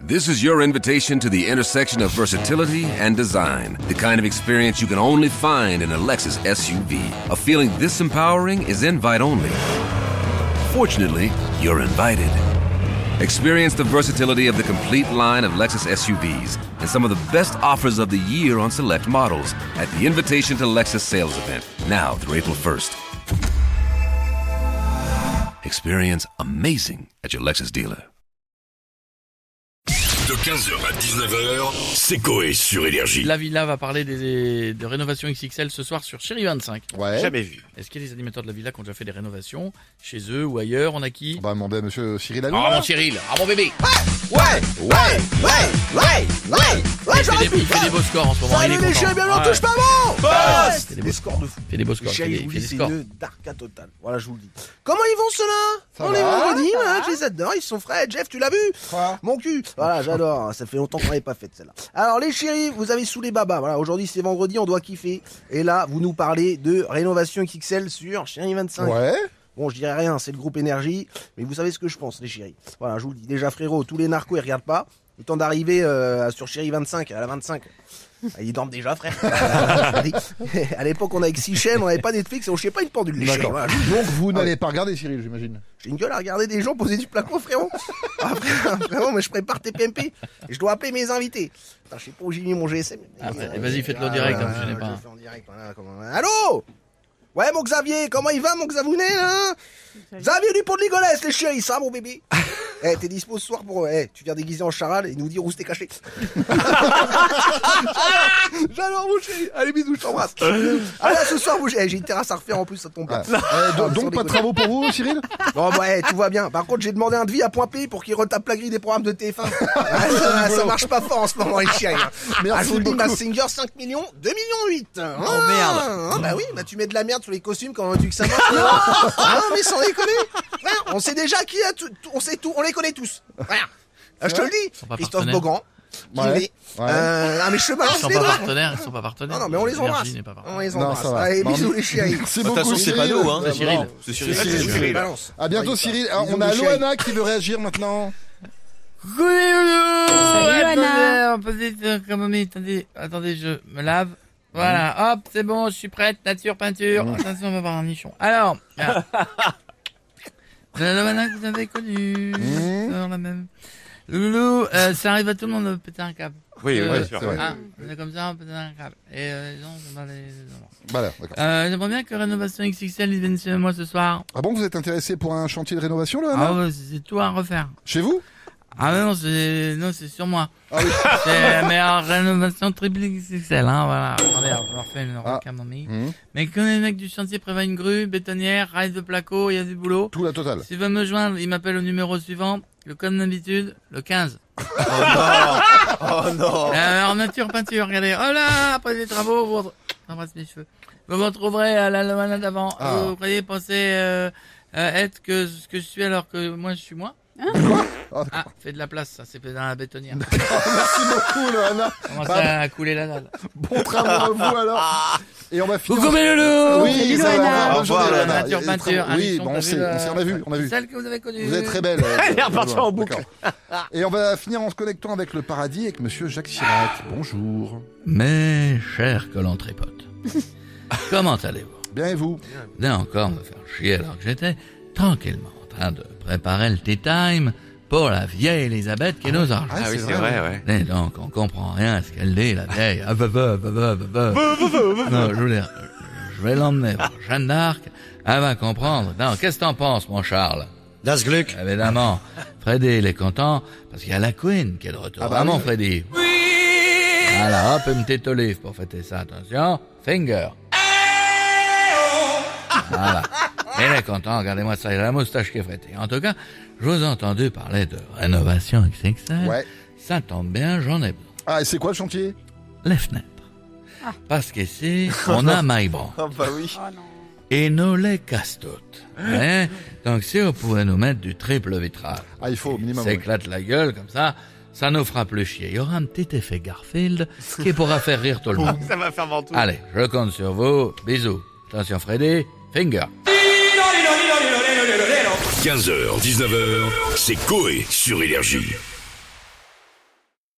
This is your invitation to the intersection of versatility and design. The kind of experience you can only find in a Lexus SUV. A feeling this empowering is invite only. Fortunately, you're invited. Experience the versatility of the complete line of Lexus SUVs and some of the best offers of the year on select models at the Invitation to Lexus sales event, now through April 1st. Experience amazing at your Lexus dealer. De 15h à 19h, c'est Coé sur Énergie. La Villa va parler de rénovation XXL ce soir sur Chérie 25. Ouais. Jamais vu. Est-ce qu'il y a des animateurs de la Villa qui ont déjà fait des rénovations chez eux ou ailleurs? On a qui? On va demander à monsieur Cyril Hanouna. Ah mon Cyril, ah mon bébé. Ouais, Il fait des beaux scores en ce moment. Salut il est les content. chéris, bienvenue, Ouais. touche pas bon Il fait Des scores de fou. fait des beaux scores. Chérie, Il je vous fait dis, des c'est scores. une darka totale. Voilà, je vous le dis. Comment ils vont ceux-là? Ça On va, est vendredi, ça voilà, va. je les adore, ils sont frais. Jeff, tu l'as vu? Quoi? Mon cul. Voilà, j'adore. Ça fait longtemps qu'on n'avait pas fait celle-là. Alors les chéris, vous avez sous les babas. Voilà, aujourd'hui c'est vendredi, on doit kiffer. Et là, vous nous parlez de rénovation XXL sur Chérie 25. Ouais. Bon, je dirais rien, c'est le groupe Énergie, mais vous savez ce que je pense, les chéris. Voilà, je vous le dis. Déjà, frérot, tous les narcos, ils regardent pas. Le temps d'arriver sur Chérie 25, à la 25. Ils dorment déjà, frère. À l'époque, on avait que 6 chaînes, on n'avait pas Netflix et on chiait pas une pendule. Les chéris, D'accord. voilà. Donc vous n'allez pas regarder Cyril, j'imagine. J'ai une gueule à regarder des gens poser du placo, frérot. Ah, frérot, mais je prépare tes PMP et je dois appeler mes invités. Putain, je sais pas où j'ai mis mon GSM. Vas-y, faites-le en direct, hein, je n'ai pas. Je le fais en direct, voilà, Allô? Ouais, mon Xavier, comment il va, mon Xavounet, là? Xavier du Pont de Ligonnès, les chéris, ça, mon bébé. Eh, t'es dispo ce soir pour... tu viens déguisé en charal et nous dire où c'était caché. J'adore, mon chéri. Allez, bisous, je t'embrasse. Allez, ce soir, mon chéri. J'ai une terrasse à refaire en plus, ça tombe bien. Donc pas de travaux pour vous, Cyril? Non, bah, tout va bien. Par contre, j'ai demandé un devis à Point P pour qu'il retape la grille des programmes de TF1. Ça marche pas fort en ce moment, les chéris. Merci Je vous le dis, beaucoup. Massinger, 5 millions, 2 millions 8. Oh, merde. Bah oui, bah tu mets de la merde sur les costumes quand tu que ça marche. Ah non, mais sans déconner. Frère, on sait déjà qui a tout, on sait tout, on les connaît tous. Frère, je te le dis. pas Christophe partenaires. Beaugrand, Ouais. Ouais. ah mais je te Ils balance sont les pas doigts. partenaires, ils sont pas partenaires. Non, mais on les Énergie embrasse. n'est pas partenaire. On les Non, embrasse. ça va. Allez, Bon, bisous les chéris. Merci De beaucoup, toute façon, Cyril. c'est pas nous, hein. C'est Cyril. C'est Cyril. Cyril. Balance. À bientôt, Cyril. Ah, Bisous, on a les chéris. Loana qui veut réagir maintenant. Salut Anna. Attendez, je me lave. Voilà, hop, c'est bon, je suis prête, nature, peinture. Attention, on va voir un nichon. Alors, la Loana que vous avez connue, toujours la même. Loulou, ça arrive à tout le monde de péter un câble. Oui, Euh, c'est vrai. Hein, on est comme ça, on peut péter un câble. Et les gens sont dans les... Voilà, d'accord. J'aimerais bien que Rénovation XXL ils viennent chez moi ce soir. Ah bon, vous êtes intéressé pour un chantier de rénovation, Loana? Ah ouais, c'est tout à refaire. Chez vous? Ah non, c'est sur moi. Ah oui. C'est la meilleure rénovation triple XXL, hein, voilà. Attendez, alors, je me refais une Ah. camomille. Mmh. Mais quand les mecs du chantier prévoient une grue, bétonnière, rail de placo, il y a du boulot. Tout la totale. S'ils veulent me joindre, ils m'appellent au numéro suivant, le code d'habitude, le 15. Oh non. En nature, peinture, regardez. Oh là, après les travaux, vous... J'embrasse mes cheveux. Vous me retrouverez à la Loana d'avant. Ah. Vous croyez penser être que ce que je suis alors que moi je suis moi? Ah, fais de la place, ça, c'est fait dans la bétonnière. Merci beaucoup, Loana. Comment ça a coulé la dalle? Bon travail à vous, alors. Et on va finir. Coucou mes loulous! Oui, Salut, ça va. Loana. Bonne journée, Au revoir, Loana. Nature, Il y a des peinture, travaux. Oui, Alisson, bon, t'as on vu sait, on a vu. Celle que vous avez connue. Vous êtes très belle. Elle est repartie en boucle. D'accord. Et on va finir en se connectant avec le paradis avec monsieur Jacques Chirac. Bonjour. Mes chers colantrépotes, comment allez-vous? Bien et vous? Venez encore me faire chier alors que j'étais tranquillement en train de préparer le tea time pour la vieille Elisabeth qui nous a Ah oui, c'est vrai, ouais. Et donc, on comprend rien à ce qu'elle dit, la vieille. Non, je vais l'emmener voir Jeanne d'Arc. Elle va comprendre. Non, qu'est-ce que t'en penses, mon Charles? Das Glück. Évidemment. Freddy, il est content parce qu'il y a la Queen qui est de retour. Ah bah Ah, mon oui. Freddy. Oui! Voilà, hop, une petite olive pour fêter ça. Attention. Finger. Voilà. Il est content, regardez-moi ça, il a la moustache qui est frétille. En tout cas, je vous ai entendu parler de rénovation XXL. Ouais. Ça tombe bien, j'en ai besoin. Ah, et c'est quoi le chantier? Les fenêtres. Parce qu'ici, on a Maïbron. Oh bah oui. Oh non. Et nous les casse toutes. Hein? Donc si vous pouvez nous mettre du triple vitrage. Ah, il faut au minimum. Ça oui. éclate la gueule comme ça nous fera plus chier. Il y aura un petit effet Garfield qui pourra faire rire tout le monde. Ça va faire ventoux. Allez, je compte sur vous. Bisous. Attention Freddy, finger. 15h, 19h, c'est Coé sur Énergie.